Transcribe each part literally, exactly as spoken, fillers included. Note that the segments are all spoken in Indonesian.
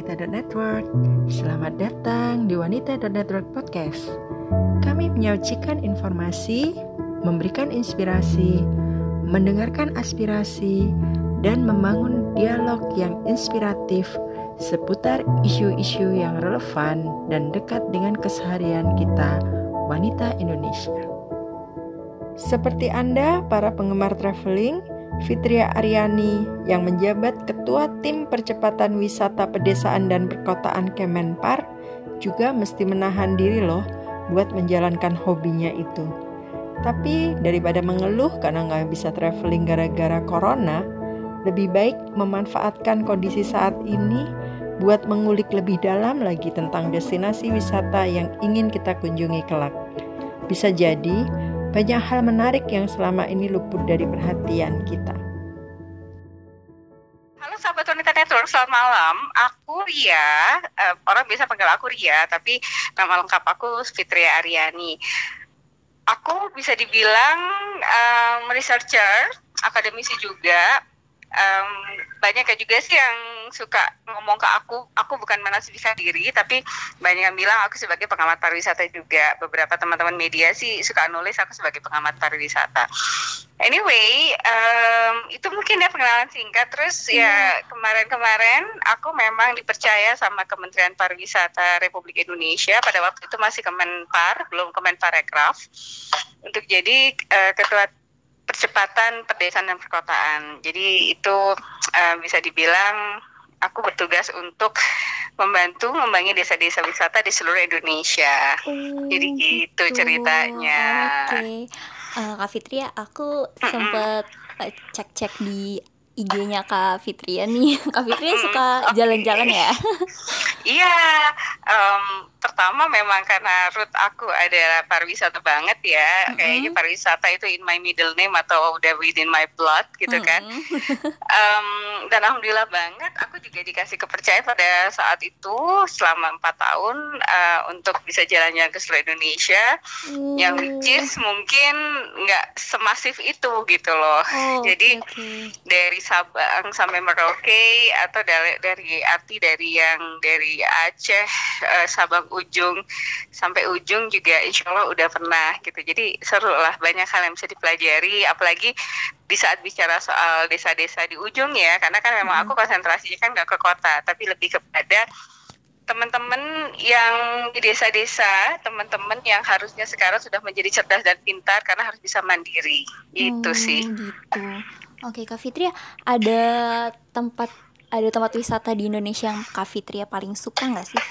Wanita dot Network. Selamat datang di Wanita dot Network Podcast. Kami menyajikan informasi, memberikan inspirasi, mendengarkan aspirasi, dan membangun dialog yang inspiratif seputar isu-isu yang relevan dan dekat dengan keseharian kita, wanita Indonesia. Seperti Anda, para penggemar traveling, Fitria Aryani yang menjabat Ketua Tim Percepatan Wisata Pedesaan dan Perkotaan Kemenpar juga mesti menahan diri loh buat menjalankan hobinya itu. Tapi daripada mengeluh karena nggak bisa traveling gara-gara corona, lebih baik memanfaatkan kondisi saat ini buat mengulik lebih dalam lagi tentang destinasi wisata yang ingin kita kunjungi kelak. Bisa jadi banyak hal menarik yang selama ini luput dari perhatian kita. Halo sahabat Wanita Network, selamat malam. Aku Ria, uh, orang biasa panggil aku Ria, tapi nama lengkap aku Fitria Aryani. Aku bisa dibilang um, researcher, akademisi juga. Um, banyak ya juga sih yang suka ngomong ke aku, aku bukan menasbihkan diri, tapi banyak yang bilang aku sebagai pengamat pariwisata juga. Beberapa teman-teman media sih suka nulis aku sebagai pengamat pariwisata. Anyway, um, itu mungkin ya pengenalan singkat. Terus hmm. ya kemarin-kemarin aku memang dipercaya sama Kementerian Pariwisata Republik Indonesia, pada waktu itu masih Kemenpar, belum Kemenparekraf, untuk jadi uh, ketua Percepatan Pedesaan dan Perkotaan. Jadi itu uh, bisa dibilang aku bertugas untuk membantu membangun desa-desa wisata di seluruh Indonesia. Oh, jadi gitu, gitu ceritanya. Oke, okay. uh, Kak Fitria, aku mm-mm. sempat uh, cek-cek di I G-nya Kak Fitria nih. Kak Fitria mm, suka okay. jalan-jalan ya? Iya, um, pertama memang karena root aku adalah pariwisata banget ya. Mm-hmm. Kayaknya pariwisata itu in my middle name atau udah within my blood gitu mm-hmm. kan. um, dan alhamdulillah banget aku juga dikasih kepercayaan pada saat itu selama empat tahun uh, untuk bisa jalan-jalan ke seluruh Indonesia. Mm. Yang which is mungkin nggak semasif itu gitu loh. Oh, Jadi okay. dari Sabang sampai Merauke atau dari, dari arti dari yang dari Aceh, uh, Sabang ujung sampai ujung juga insya Allah udah pernah gitu. Jadi seru lah, banyak hal yang bisa dipelajari, apalagi di saat bicara soal desa-desa di ujung ya, karena kan memang aku konsentrasinya kan nggak ke kota, tapi lebih kepada teman-teman yang di desa-desa, teman-teman yang harusnya sekarang sudah menjadi cerdas dan pintar karena harus bisa mandiri, gitu hmm, sih. Gitu. Oke, Kak Fitria, ada tempat ada tempat wisata di Indonesia yang Kak Fitria paling suka nggak sih?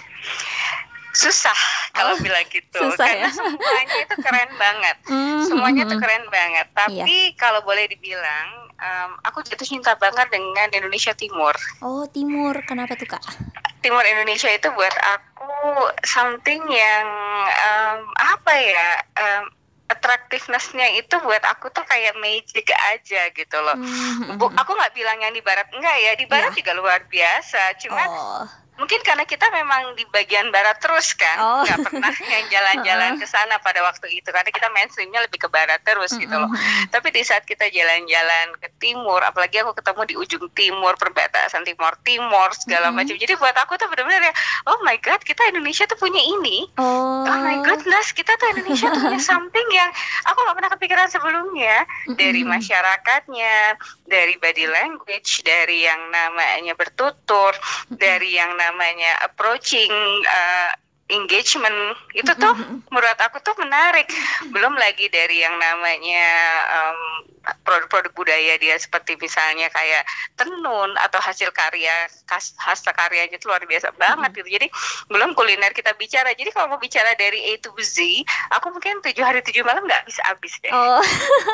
Susah kalau oh, bilang gitu, ya? karena semuanya itu keren banget, mm-hmm. semuanya itu keren banget. Tapi yeah. kalau boleh dibilang, um, aku jatuh cinta banget dengan Indonesia Timur. Oh, Timur, kenapa tuh Kak? Timur Indonesia itu buat aku something yang um, apa ya? Um, attractiveness-nya itu buat aku tuh kayak magic aja gitu loh. Mm-hmm. Bu, aku nggak bilang yang di barat enggak ya, di barat yeah. juga luar biasa. Cuman oh. mungkin karena kita memang di bagian barat terus kan, oh. nggak pernah yang jalan-jalan ke sana pada waktu itu, karena kita mainstreamnya lebih ke barat terus mm-hmm. gitu loh. Tapi di saat kita jalan-jalan ke timur, apalagi aku ketemu di ujung timur, perbatasan timur timur segala mm-hmm. macam. Jadi buat aku tuh benar-benar ya, oh my god, kita Indonesia tuh punya ini. Oh, oh my goodness, kita tuh Indonesia tuh punya something yang aku nggak pernah kepikiran sebelumnya. Mm-hmm. Dari masyarakatnya, dari body language, dari yang namanya bertutur, mm-hmm. dari yang namanya approaching uh, engagement itu tuh mm-hmm. menurut aku tuh menarik. Belum lagi dari yang namanya um, produk-produk budaya dia, seperti misalnya kayak tenun atau hasil karya hasta karyanya itu luar biasa banget gitu. Jadi belum kuliner kita bicara. Jadi kalau mau bicara dari A to Z, aku mungkin tujuh hari tujuh malam nggak bisa habis deh. Oh,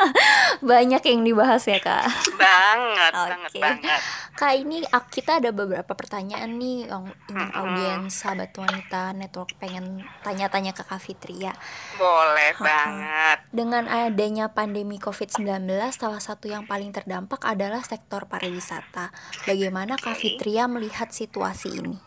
banyak yang dibahas ya Kak. Banget, okay. banget banget. Kak, ini kita ada beberapa pertanyaan nih yang ingin mm-hmm. audiens sahabat Wanita Network pengen tanya-tanya ke Kak Fitria. Boleh hmm. banget. Dengan adanya pandemi covid sembilan belas, salah satu yang paling terdampak adalah sektor pariwisata. Bagaimana Kak Fitria melihat situasi ini?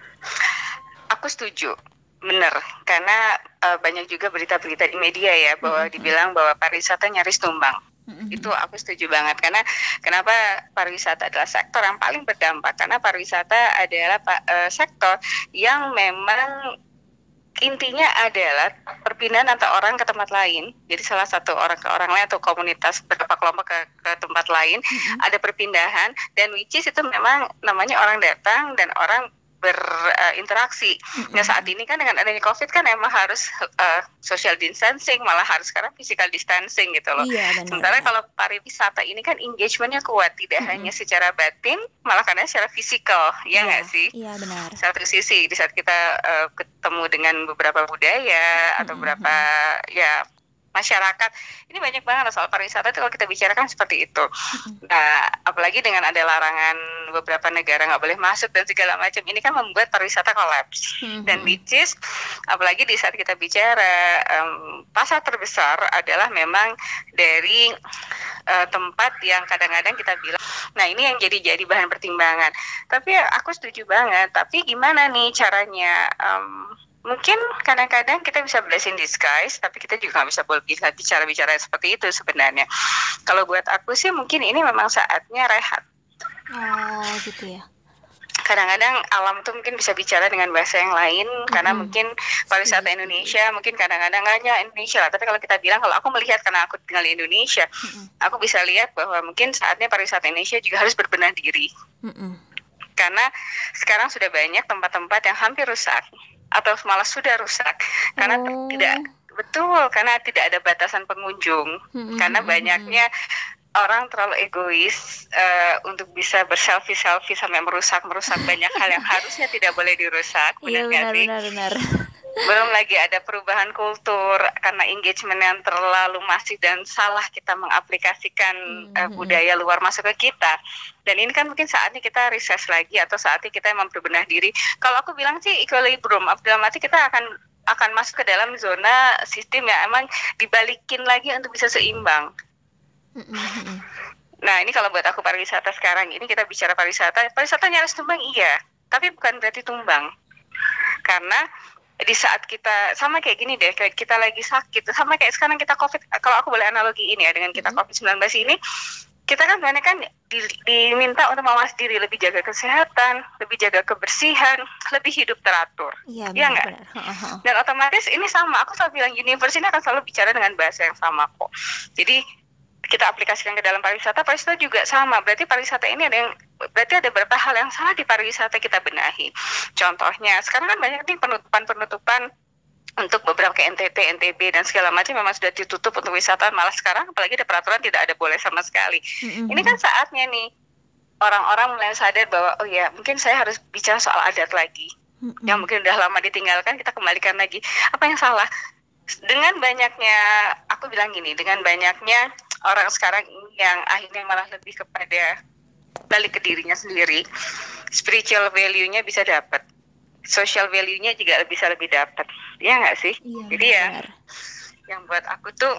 Aku setuju, benar. Karena uh, banyak juga berita-berita di media ya bahwa mm-hmm. dibilang bahwa pariwisata nyaris tumbang. Mm-hmm. Itu aku setuju banget, karena kenapa pariwisata adalah sektor yang paling berdampak, karena pariwisata adalah uh, sektor yang memang intinya adalah perpindahan antara orang ke tempat lain. Jadi salah satu orang ke orang lain atau komunitas beberapa kelompok ke, ke tempat lain, mm-hmm. ada perpindahan, dan which is itu memang namanya orang datang dan orang berinteraksi. Uh, mm-hmm. Nah saat ini kan dengan adanya COVID kan emang harus uh, social distancing, malah harus sekarang physical distancing gitu loh. Iya, sementara kalau pariwisata ini kan engagementnya kuat, tidak mm-hmm. hanya secara batin, malah karena secara fisikal, ya nggak yeah, sih? Iya benar. Satu sisi di saat kita uh, ketemu dengan beberapa budaya atau mm-hmm. beberapa ya masyarakat, ini banyak banget soal pariwisata itu kalau kita bicarakan seperti itu. Nah, apalagi dengan ada larangan beberapa negara nggak boleh masuk dan segala macam, ini kan membuat pariwisata kolaps. Mm-hmm. Dan which is, apalagi di saat kita bicara um, pasar terbesar adalah memang dari uh, tempat yang kadang-kadang kita bilang, nah ini yang jadi jadi bahan pertimbangan. Tapi aku setuju banget. Tapi gimana nih caranya? Um, Mungkin kadang-kadang kita bisa blessing disguise, tapi kita juga nggak bisa bicara-bicara seperti itu sebenarnya. Kalau buat aku sih mungkin ini memang saatnya rehat. Oh gitu ya. Kadang-kadang alam tuh mungkin bisa bicara dengan bahasa yang lain, mm-hmm. karena mungkin pariwisata Indonesia, mungkin kadang-kadang nggak hanya Indonesia lah, tapi kalau kita bilang, kalau aku melihat karena aku tinggal di Indonesia, mm-hmm. aku bisa lihat bahwa mungkin saatnya pariwisata Indonesia juga harus berbenah diri. Mm-hmm. Karena sekarang sudah banyak tempat-tempat yang hampir rusak, atau malah sudah rusak karena oh. tidak betul karena tidak ada batasan pengunjung, hmm, karena banyaknya orang terlalu egois uh, untuk bisa berselfie selfie sampai merusak merusak banyak hal yang harusnya tidak boleh dirusak. Iya benar benar benar. Belum lagi ada perubahan kultur karena engagement yang terlalu masif dan salah kita mengaplikasikan mm-hmm. uh, budaya luar masuk ke kita. Dan ini kan mungkin saatnya kita reses lagi atau saatnya kita memang berbenah diri. Kalau aku bilang sih equilibrium, dalam arti kita akan akan masuk ke dalam zona sistem yang emang dibalikin lagi untuk bisa seimbang. Mm-hmm. Nah ini kalau buat aku pariwisata sekarang ini, kita bicara pariwisata, pariwisatanya harus tumbang iya, tapi bukan berarti tumbang. Karena di saat kita, sama kayak gini deh, kayak kita lagi sakit, sama kayak sekarang kita COVID, kalau aku boleh analogi ini ya, dengan kita covid sembilan belas ini, kita kan sebenarnya kan di, diminta untuk mawas diri, lebih jaga kesehatan, lebih jaga kebersihan, lebih hidup teratur. Iya, ya nggak? Dan otomatis ini sama, aku selalu bilang universe ini akan selalu bicara dengan bahasa yang sama kok. Jadi kita aplikasikan ke dalam pariwisata, pariwisata juga sama. Berarti pariwisata ini ada yang, berarti ada beberapa hal yang salah di pariwisata kita benahi. Contohnya, sekarang kan banyak nih penutupan-penutupan untuk beberapa ke N T T, N T B dan segala macam memang sudah ditutup untuk wisatawan. Malah sekarang apalagi ada peraturan tidak ada boleh sama sekali. Mm-hmm. Ini kan saatnya nih orang-orang mulai sadar bahwa oh ya mungkin saya harus bicara soal adat lagi. Mm-hmm. Yang mungkin udah lama ditinggalkan, kita kembalikan lagi. Apa yang salah? Dengan banyaknya, aku bilang gini, dengan banyaknya orang sekarang yang akhirnya malah lebih kepada balik ke dirinya sendiri, spiritual value-nya bisa dapat, social value-nya juga bisa lebih dapat, ya nggak sih? Iya, jadi ya, benar. Yang buat aku tuh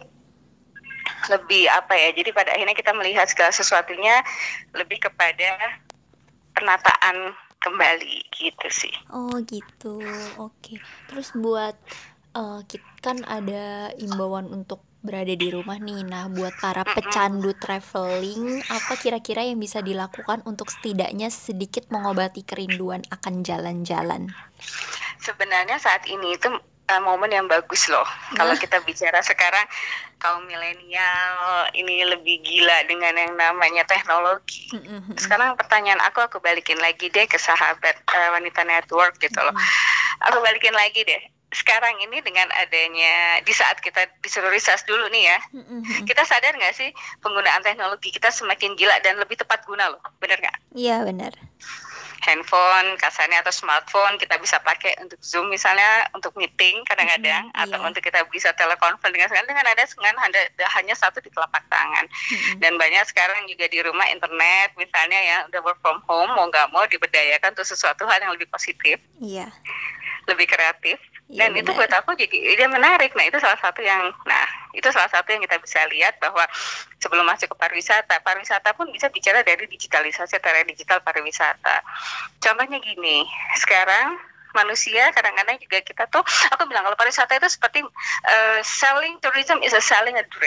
lebih apa ya? Jadi pada akhirnya kita melihat segala sesuatunya lebih kepada penataan kembali gitu sih. Oh gitu, oke. Terus buat uh, kita kan ada imbauan untuk berada di rumah nih. Nah, buat para pecandu traveling, apa kira-kira yang bisa dilakukan untuk setidaknya sedikit mengobati kerinduan akan jalan-jalan? Sebenarnya saat ini itu uh, momen yang bagus loh. Nah. Kalau kita bicara sekarang, kaum milenial ini lebih gila dengan yang namanya teknologi. Mm-hmm. Sekarang pertanyaan aku, aku balikin lagi deh ke sahabat uh, Wanita Network gitu loh. Mm-hmm. Aku balikin lagi deh. Sekarang ini dengan adanya, di saat kita disuruh research dulu nih ya, mm-hmm. kita sadar nggak sih penggunaan teknologi kita semakin gila dan lebih tepat guna loh, benar nggak? Iya benar. Handphone, kasarnya atau smartphone kita bisa pakai untuk Zoom misalnya, untuk meeting kadang-kadang, mm-hmm, atau yeah. untuk kita bisa telekonferensi dengan sekarang dengan ada dengan hanya, hanya satu di telapak tangan. Mm-hmm. Dan banyak sekarang juga di rumah internet misalnya ya, udah work from home, mau nggak mau diberdayakan untuk sesuatu hal yang lebih positif, iya. Yeah. lebih kreatif. Ya, dan benar. Itu buat aku jadi ide menarik. Nah itu salah satu yang, nah itu salah satu yang kita bisa lihat bahwa sebelum masuk ke pariwisata, pariwisata pun bisa bicara dari digitalisasi atau digital pariwisata. Contohnya gini, sekarang manusia kadang-kadang juga kita tuh, aku bilang kalau pariwisata itu seperti uh, selling tourism is a selling a dream.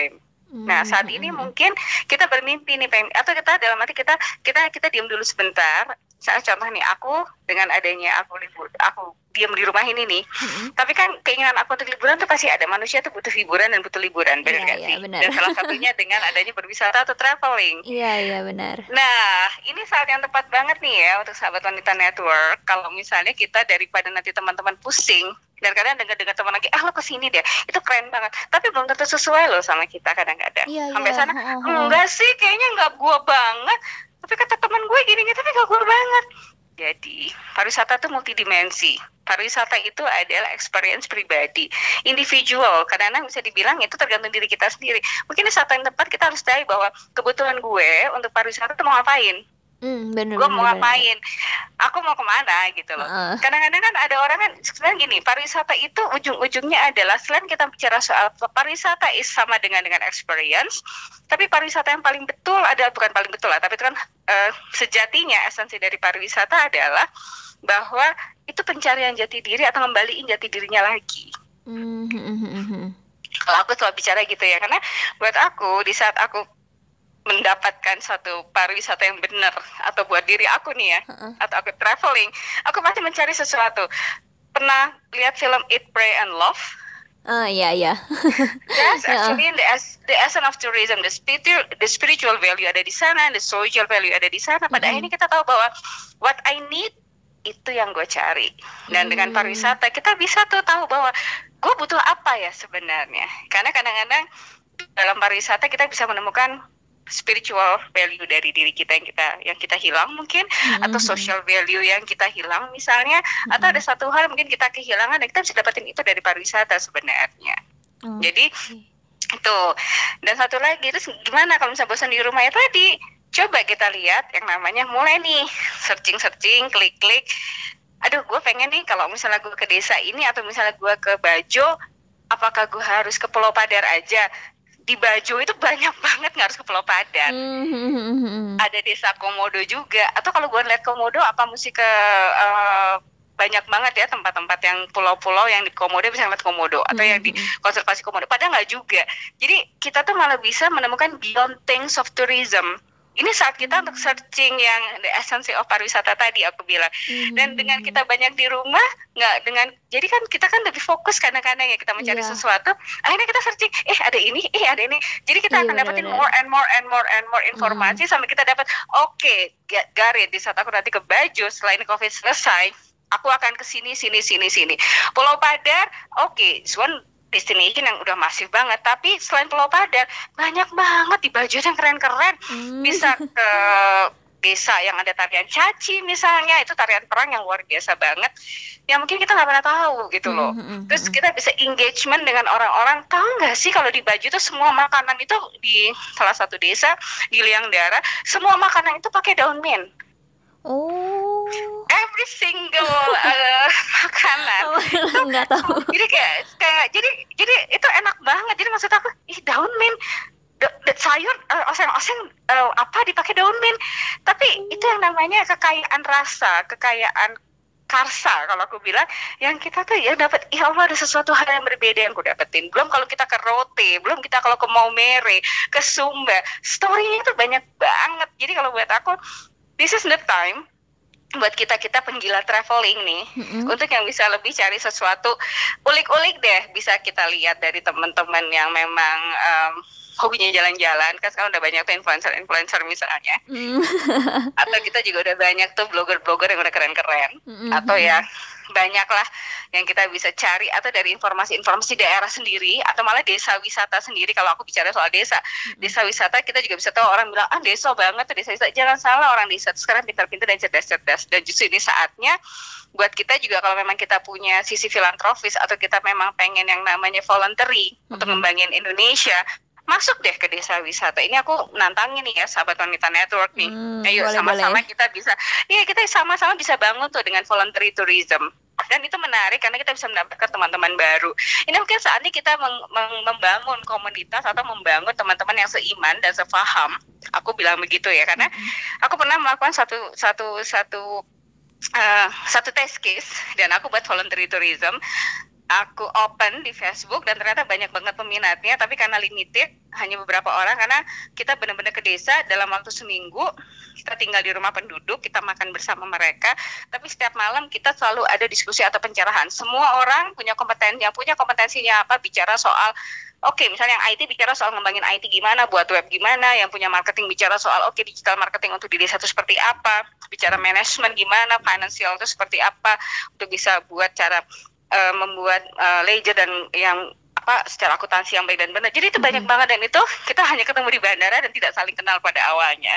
Nah, saat ini mungkin kita bermimpi nih, pengen, atau kita dalam arti kita kita kita diam dulu sebentar. Saya contoh nih, aku dengan adanya aku libur, aku diam di rumah ini nih. Mm-hmm. Tapi kan keinginan aku untuk liburan tuh pasti ada. Manusia tuh butuh hiburan dan butuh liburan, benar nggak yeah, sih? Yeah, benar. Dan salah satunya dengan adanya berwisata atau traveling. Iya yeah, iya yeah, benar. Nah, ini saat yang tepat banget nih ya untuk sahabat wanita network. Kalau misalnya kita daripada nanti teman-teman pusing dan kadang dengar-dengar teman lagi, ah lo kesini deh, itu keren banget. Tapi belum tentu sesuai loh sama kita kadang-kadang. Yeah, Sampai yeah. sana, oh, oh. enggak sih, kayaknya nggak gua banget. Tapi kata teman gue gini-gini, tapi nggak gua banget. Jadi, pariwisata itu multidimensi. Pariwisata itu adalah experience pribadi, individual. Kadang-kadang bisa dibilang itu tergantung diri kita sendiri. Mungkin di saat yang tepat kita harus tahu bahwa kebutuhan gue untuk pariwisata itu mau ngapain. Hmm, bener, gue bener, mau ngapain, bener. aku mau kemana gitu loh. Uh. Kadang-kadang kan ada orang kan sebenarnya gini, pariwisata itu ujung-ujungnya adalah selain kita bicara soal pariwisata is sama dengan dengan experience, tapi pariwisata yang paling betul adalah bukan paling betul lah, tapi itu kan uh, sejatinya esensi dari pariwisata adalah bahwa itu pencarian jati diri atau ngembaliin jati dirinya lagi. Mm-hmm. Kalau aku selalu bicara gitu ya, karena buat aku di saat aku mendapatkan satu pariwisata yang benar atau buat diri aku nih ya, uh-uh. atau aku traveling, aku pasti mencari sesuatu. Pernah lihat film Eat, Pray and Love? Ah uh, iya iya. Yes, actually the, the essence of tourism, the spiritual, the spiritual value ada di sana, the social value ada di sana. Pada mm-hmm. akhirnya kita tahu bahwa what I need itu yang gue cari. Dan mm. dengan pariwisata kita bisa tuh tahu bahwa gue butuh apa ya sebenarnya. Karena kadang-kadang dalam pariwisata kita bisa menemukan spiritual value dari diri kita yang kita yang kita hilang mungkin, mm-hmm. atau social value yang kita hilang misalnya, mm-hmm. atau ada satu hal mungkin kita kehilangan dan kita bisa dapetin itu dari pariwisata sebenarnya. Oh, jadi okay. itu. Dan satu lagi, terus gimana kalau misalnya bosan di rumah ya tadi, coba kita lihat yang namanya mulai nih searching-searching, klik-klik. Aduh, gue pengen nih kalau misalnya gue ke desa ini atau misalnya gue ke Bajo, apakah gue harus ke Pulau Padar aja? Di Bajo itu banyak banget, nggak harus ke Pulau Padar. Mm-hmm. Ada desa Komodo juga. Atau kalau gue lihat Komodo, apa mesti ke uh, banyak banget ya tempat-tempat yang pulau-pulau yang di Komodo bisa ngeliat Komodo. Atau mm-hmm. yang di konservasi Komodo. Padahal nggak juga. Jadi kita tuh malah bisa menemukan beyond things of tourism. Ini saat kita untuk searching yang the essence of pariwisata tadi aku bilang. Mm-hmm. Dan dengan kita banyak di rumah, nggak dengan jadi kan kita kan lebih fokus kadang-kadang ya kita mencari yeah. sesuatu. Akhirnya kita searching, eh ada ini, eh ada ini. Jadi kita yeah, akan dapetin more and more and more and more informasi mm-hmm. sampai kita dapat, oke, okay, Garit di saat aku nanti ke Bajo setelah ini COVID selesai, aku akan ke sini, sini, sini, sini. Pulau Padar, oke, okay, one destination yang udah masif banget, tapi selain Pulau Padar banyak banget di Bajo yang keren-keren. Hmm. Bisa ke desa yang ada tarian caci misalnya, itu tarian perang yang luar biasa banget, yang mungkin kita nggak pernah tahu gitu loh. Hmm. Terus kita bisa engagement dengan orang-orang. Tahu nggak sih kalau di Bajo itu semua makanan itu di salah satu desa di Liangdara, semua makanan itu pakai daun mint. Oh, every single uh, makanan. Oh, nggak tahu. Jadi kayak, kayak jadi jadi itu enak banget. Jadi maksud aku, ih daun mint, da, da, sayur uh, oseng-oseng uh, apa dipakai daun mint. Tapi hmm. itu yang namanya kekayaan rasa, kekayaan karsa kalau aku bilang, yang kita tuh ya dapat, ya Allah ada sesuatu hal yang berbeda yang aku dapetin. Belum kalau kita ke Rote, belum kita kalau ke Maumere, ke Sumba, story-nya itu banyak banget. Jadi kalau buat aku, this is the time buat kita-kita penggila traveling nih, mm-hmm. untuk yang bisa lebih cari sesuatu, ulik-ulik deh, bisa kita lihat dari teman-teman yang memang um, hobinya jalan-jalan, kan sekarang udah banyak tuh influencer-influencer misalnya, mm. atau kita juga udah banyak tuh blogger-blogger yang udah keren-keren, mm-hmm. atau ya banyak lah yang kita bisa cari, atau dari informasi-informasi daerah sendiri, atau malah desa wisata sendiri. Kalau aku bicara soal desa, mm-hmm. desa wisata kita juga bisa tahu, orang bilang, ah desa banget tuh desa wisata, jangan salah, orang desa sekarang pintar-pintar dan cerdas-cerdas, dan justru ini saatnya buat kita juga kalau memang kita punya sisi filantropis, atau kita memang pengen yang namanya voluntary, mm-hmm. untuk ngembangin Indonesia, masuk deh ke desa wisata. Ini aku nantangin nih ya sahabat wanita network nih. Hmm, Ayo boleh, sama-sama boleh. Kita bisa, iya kita sama-sama bisa bangun tuh dengan voluntary tourism. Dan itu menarik karena kita bisa mendapatkan teman-teman baru. Ini mungkin saatnya kita meng- meng- membangun komunitas atau membangun teman-teman yang seiman dan sefaham. Aku bilang begitu ya, karena aku pernah melakukan satu satu satu uh, satu test case dan aku buat voluntary tourism. aku open di Facebook dan ternyata banyak banget peminatnya, tapi karena limited, hanya beberapa orang, karena kita benar-benar ke desa dalam waktu seminggu, kita tinggal di rumah penduduk, kita makan bersama mereka, tapi setiap malam kita selalu ada diskusi atau pencerahan. Semua orang punya kompetensi, yang punya kompetensinya apa, bicara soal, oke, okay, misalnya yang I T bicara soal ngembangin I T gimana, buat web gimana, yang punya marketing bicara soal, oke, okay, digital marketing untuk di desa itu seperti apa, bicara manajemen gimana, financial itu seperti apa, untuk bisa buat cara Uh, membuat uh, ledger dan yang apa secara akuntansi yang baik dan benar. Jadi itu banyak mm-hmm. banget, dan itu kita hanya ketemu di bandara dan tidak saling kenal pada awalnya.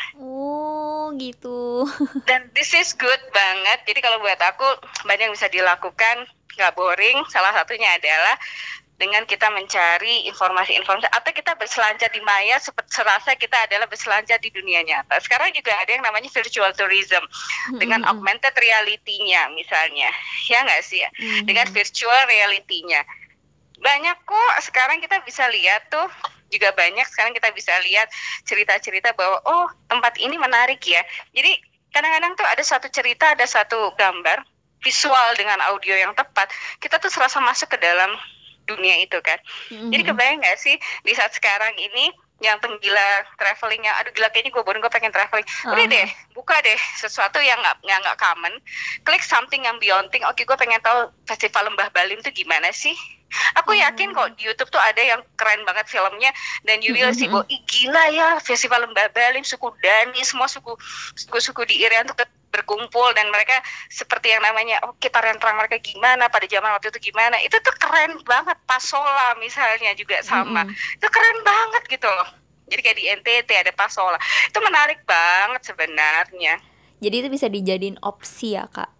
Oh gitu. Dan this is good banget. Jadi kalau buat aku banyak yang bisa dilakukan, nggak boring. Salah satunya adalah dengan kita mencari informasi-informasi atau kita berselancar di maya seperti serasa kita adalah berselancar di dunia nyata. Sekarang juga ada yang namanya virtual tourism mm-hmm. dengan augmented reality-nya misalnya, ya nggak sih ya, mm-hmm. dengan virtual reality-nya. Banyak kok sekarang kita bisa lihat tuh, juga banyak sekarang kita bisa lihat cerita-cerita bahwa oh tempat ini menarik ya. Jadi kadang-kadang tuh ada satu cerita, ada satu gambar visual dengan audio yang tepat, kita tuh serasa masuk ke dalam dunia itu kan. Mm-hmm. Jadi kebayang nggak sih di saat sekarang ini yang penggila traveling yang aduh gila kayaknya gue boring, gue pengen traveling, uh-huh. udah deh buka deh sesuatu yang nggak yang nggak common, klik something yang beyond thing. Oke, gue pengen tahu festival Lembah Baliem itu gimana sih. Aku yakin kok di YouTube tuh ada yang keren banget filmnya, dan you will see bahwa ih gila ya festival Lembah Baliem, suku Dani, semua suku suku-suku di Irian tuh berkumpul, dan mereka seperti yang namanya oke okay, tarian perang mereka gimana pada zaman waktu itu gimana, itu tuh keren banget. Pasola misalnya juga sama, mm-hmm. itu keren banget gitu loh. Jadi kayak di N T T ada Pasola, itu menarik banget sebenarnya. Jadi itu bisa dijadiin opsi ya Kak?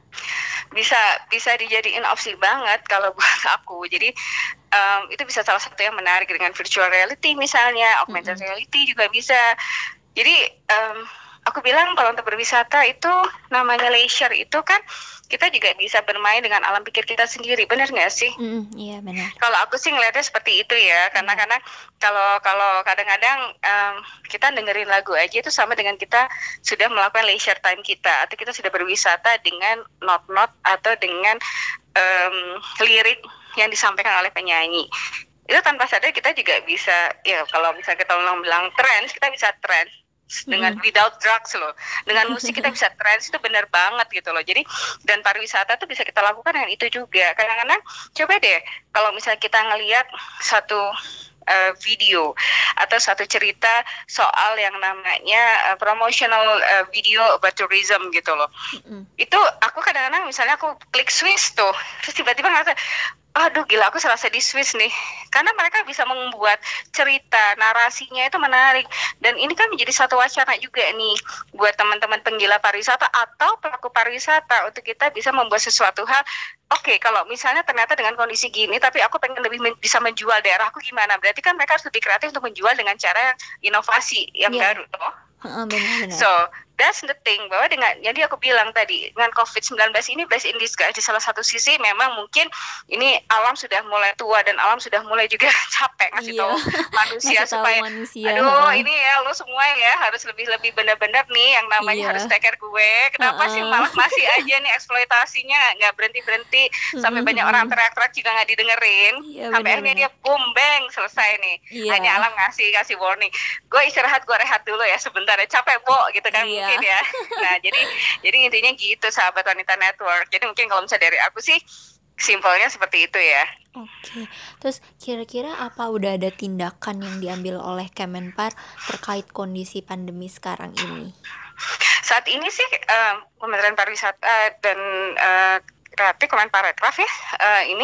Bisa bisa dijadiin opsi banget kalau buat aku. Jadi um, itu bisa salah satu yang menarik dengan virtual reality misalnya, augmented mm-hmm. reality juga bisa. Jadi um, aku bilang kalau untuk berwisata itu namanya leisure itu kan kita juga bisa bermain dengan alam pikir kita sendiri, benar nggak sih? Mm, iya benar. Kalau aku sih ngelihatnya seperti itu ya, karena mm. karena kalau kalau kadang-kadang um, kita dengerin lagu aja itu sama dengan kita sudah melakukan leisure time kita, atau kita sudah berwisata dengan not-not atau dengan um, lirik yang disampaikan oleh penyanyi. Itu tanpa sadar kita juga bisa, ya kalau misalnya kita bilang trance, kita bisa trance dengan hmm. without drugs loh, dengan musik kita bisa trance, itu benar banget gitu loh. Jadi dan pariwisata tuh bisa kita lakukan dengan itu juga. Kadang-kadang coba deh kalau misalnya kita ngelihat satu uh, video atau satu cerita soal yang namanya uh, promotional uh, video about tourism gitu loh. Hmm. Itu aku kadang-kadang misalnya aku klik Swiss tuh, terus tiba-tiba ngerasa aduh gila aku serasa di Swiss nih, karena mereka bisa membuat cerita, narasinya itu menarik, dan ini kan menjadi satu wacana juga nih buat teman-teman penggila pariwisata atau pelaku pariwisata untuk kita bisa membuat sesuatu hal. Oke, okay, kalau misalnya ternyata dengan kondisi gini, tapi aku pengen lebih men- bisa menjual daerahku gimana? Berarti kan mereka harus lebih kreatif untuk menjual dengan cara inovasi yang yeah. baru, toh. Uh, benar-benar. So that's the thing, bahwa dengan jadi aku bilang tadi dengan covid sembilan belas ini blessing in disguise. Di salah satu sisi memang mungkin ini alam sudah mulai tua dan alam sudah mulai juga capek ngasih iya. tahu manusia ngasih supaya tahu manusia. aduh ini ya lo semua ya harus lebih-lebih benar-benar nih yang namanya iya. harus take care gue. Kenapa uh-uh. sih malah masih aja nih eksploitasinya nggak berhenti-berhenti sampai banyak orang teriak-teriak juga nggak didengerin. Iya, sampai akhirnya dia boom bang selesai nih. Iya. Hanya alam ngasih kasih warning. Gue istirahat, gue rehat dulu ya sebentar ya, capek bo gitu kan. Iya. Mungkin ya. Nah jadi jadi intinya gitu sahabat Wanita Network. Jadi mungkin kalau misalnya dari aku sih simpelnya seperti itu ya. Oke, terus kira-kira apa udah ada tindakan yang diambil oleh Kemenpar terkait kondisi pandemi sekarang ini? Saat ini sih uh, Kementerian Pariwisata dan uh, Kreatif Kemenparekraf ya uh, ini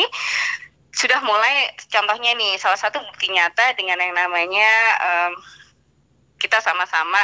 sudah mulai, contohnya nih salah satu bukti nyata dengan yang namanya um, kita sama-sama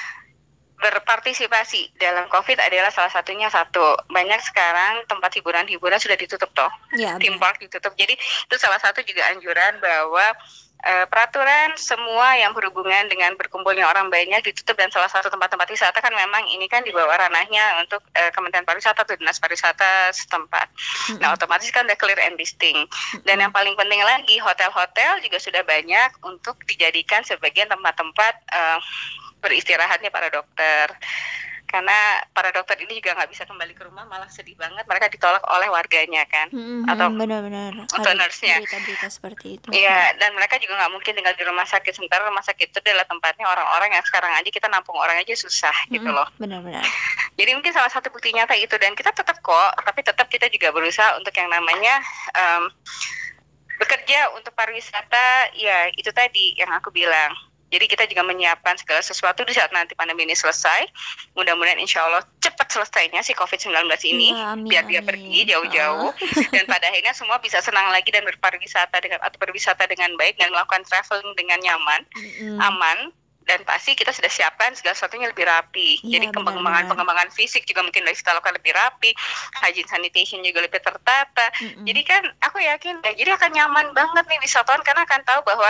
berpartisipasi dalam COVID adalah salah satunya satu. Banyak sekarang tempat hiburan-hiburan sudah ditutup toh, ya, theme park ditutup. Jadi itu salah satu juga anjuran bahwa uh, peraturan semua yang berhubungan dengan berkumpulnya orang banyak ditutup, dan salah satu tempat-tempat wisata kan memang ini kan di bawah ranahnya untuk uh, Kementerian Pariwisata atau Dinas Pariwisata setempat. Mm-hmm. Nah otomatis kan udah clear and distinct. Mm-hmm. Dan yang paling penting lagi hotel-hotel juga sudah banyak untuk dijadikan sebagian tempat-tempat uh, beristirahatnya para dokter. karena para dokter ini juga nggak bisa kembali ke rumah, malah sedih banget mereka ditolak oleh warganya kan, Mm-mm, atau benar-benar atau ada nurse-nya. berita-berita seperti itu. Iya, dan mereka juga nggak mungkin tinggal di rumah sakit, sementara rumah sakit itu adalah tempatnya orang-orang yang sekarang aja kita nampung orang aja susah gitu Mm-mm, loh. benar-benar. Jadi mungkin salah satu bukti nyata itu, dan kita tetap kok, tapi tetap kita juga berusaha untuk yang namanya um, bekerja untuk pariwisata. Ya itu tadi yang aku bilang. Jadi kita juga menyiapkan segala sesuatu di saat nanti pandemi ini selesai. Mudah-mudahan insya Allah cepat selesainya si covid sembilan belas ini, Ya, amin, biar dia amin. pergi jauh-jauh. Dan pada akhirnya semua bisa senang lagi dan berpariwisata dengan atau berwisata dengan baik dan melakukan traveling dengan nyaman, Mm-mm. aman. Dan pasti kita sudah siapkan segala sesuatunya lebih rapi. Iya, Jadi pengembangan benar-benar. pengembangan fisik juga mungkin kita lakukan lebih rapi, hygiene sanitation juga lebih tertata. Mm-mm. Jadi kan aku yakin ya, jadi akan nyaman banget nih wisatawan, karena akan tahu bahwa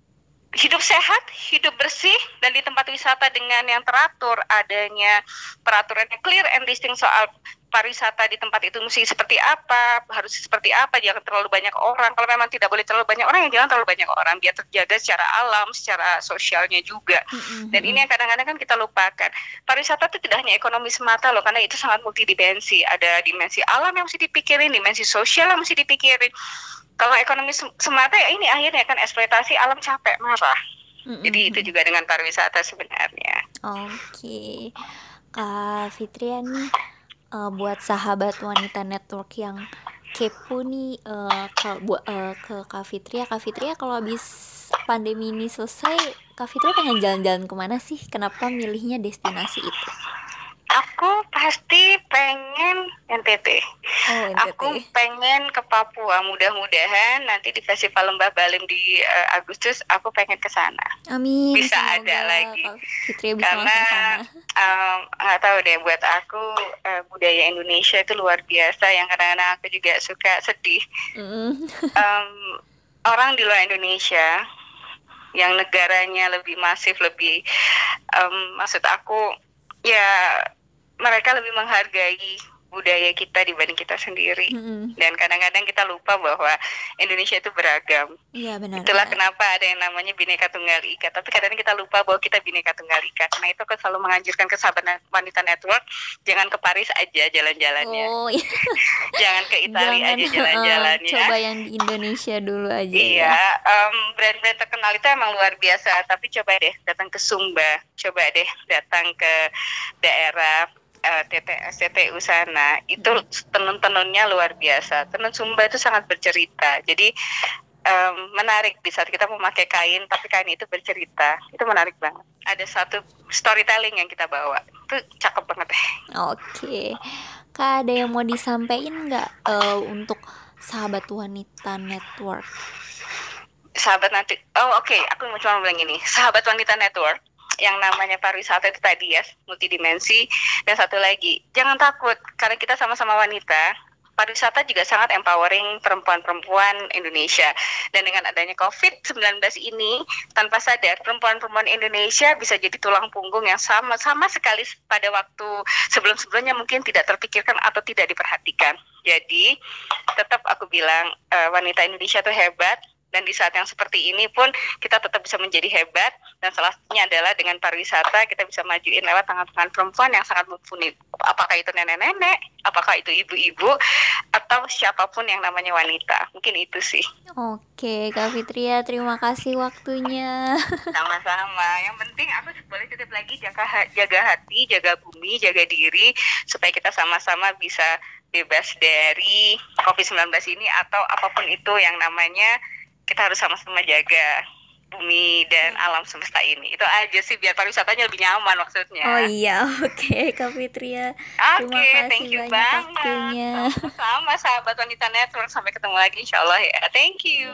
hidup sehat, hidup bersih, dan di tempat wisata dengan yang teratur, adanya peraturannya clear and distinct soal pariwisata di tempat itu mesti seperti apa, harus seperti apa, jangan terlalu banyak orang. Kalau memang tidak boleh terlalu banyak orang, ya jangan terlalu banyak orang, biar terjaga secara alam, secara sosialnya juga. Mm-mm. Dan ini yang kadang-kadang kan kita lupakan. Pariwisata itu tidak hanya ekonomi semata loh, karena itu sangat multidimensi. Ada dimensi alam yang mesti dipikirin, dimensi sosial yang mesti dipikirin. Kalau ekonomi sem- semata ya ini akhirnya kan eksploitasi alam, capek, marah. Mm-mm. Jadi itu juga dengan pariwisata sebenarnya. Oke, Kak Fitria nih, eh, buat sahabat wanita network yang kepo nih, eh, ke, bu- eh, ke Kak Fitria, Kak Fitria kalau habis pandemi ini selesai, Kak Fitria pengen jalan-jalan kemana sih? Kenapa milihnya destinasi itu? Aku pasti pengen N T T. Oh, N T T. Aku pengen ke Papua. Mudah-mudahan nanti di Festival Lembah Baliem di uh, Agustus aku pengen ke sana. Amin. Bisa semoga ada lagi. Kak Fitria bisa Karena langsung sana. um, nggak tahu deh, buat aku uh, budaya Indonesia itu luar biasa. Yang kadang-kadang aku juga suka sedih. Mm. Um, orang di luar Indonesia yang negaranya lebih masif, lebih um, maksud aku ya mereka lebih menghargai budaya kita dibanding kita sendiri. Mm-mm. Dan kadang-kadang kita lupa bahwa Indonesia itu beragam. Iya benar. Itulah benar. kenapa ada yang namanya Bhinneka Tunggal Ika. Tapi kadang-kadang kita lupa bahwa kita Bhinneka Tunggal Ika. Karena itu aku selalu menganjurkan ke sahabat wanita network, jangan ke Paris aja jalan-jalannya. Oh iya. Jangan ke Italia Jangan, aja eh, jalan-jalannya. coba yang di Indonesia dulu aja. Iya, Ya. em, brand-brand terkenal itu emang luar biasa. Tapi coba deh datang ke Sumba, coba deh datang ke daerah eh, T T S T T U sana. Itu tenun-tenunnya luar biasa. Tenun Sumba itu sangat bercerita. Jadi em, menarik di saat kita memakai kain, tapi kain itu bercerita. Itu menarik banget. Ada satu storytelling yang kita bawa. Itu cakep banget deh. Oke, Kak ada yang mau disampaikan nggak eh, untuk sahabat wanita network? Sahabat nanti, oh oke, aku mau cuma bilang gini, sahabat wanita network, yang namanya pariwisata itu tadi ya, multidimensi, dan satu lagi, jangan takut, karena kita sama-sama wanita, pariwisata juga sangat empowering perempuan-perempuan Indonesia. Dan dengan adanya covid sembilan belas ini, tanpa sadar, perempuan-perempuan Indonesia bisa jadi tulang punggung yang sama, sama sekali pada waktu sebelum-sebelumnya mungkin tidak terpikirkan atau tidak diperhatikan. Jadi, tetap aku bilang, uh, wanita Indonesia itu hebat. Dan di saat yang seperti ini pun kita tetap bisa menjadi hebat. Dan salah satunya adalah dengan pariwisata kita bisa majuin lewat tangan-tangan perempuan yang sangat mumpuni. Apakah itu nenek-nenek, apakah itu ibu-ibu, atau siapapun yang namanya wanita. Mungkin itu sih. Oke, Kak Fitria, terima kasih waktunya. Sama-sama. Yang penting aku boleh titip lagi, jaga, jaga hati, jaga bumi, jaga diri, supaya kita sama-sama bisa bebas dari covid sembilan belas ini atau apapun itu yang namanya. Kita harus sama-sama jaga bumi dan alam semesta ini. Itu aja sih, biar pariwisatanya lebih nyaman maksudnya. Oh iya, oke Kak Fitria. Oke, Terima kasih thank you banyak banget. waktunya. Sama sahabat wanita network, sampai ketemu lagi insyaallah ya. Thank you.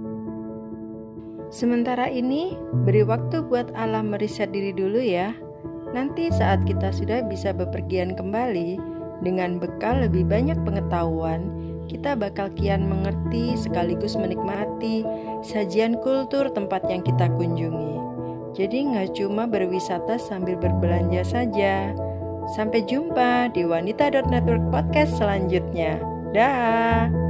Sementara ini, beri waktu buat alam meriset diri dulu ya. Nanti saat kita sudah bisa bepergian kembali dengan bekal lebih banyak pengetahuan, kita bakal kian mengerti sekaligus menikmati sajian kultur tempat yang kita kunjungi. Jadi nggak cuma berwisata sambil berbelanja saja. Sampai jumpa di wanita dot network podcast selanjutnya. Dah.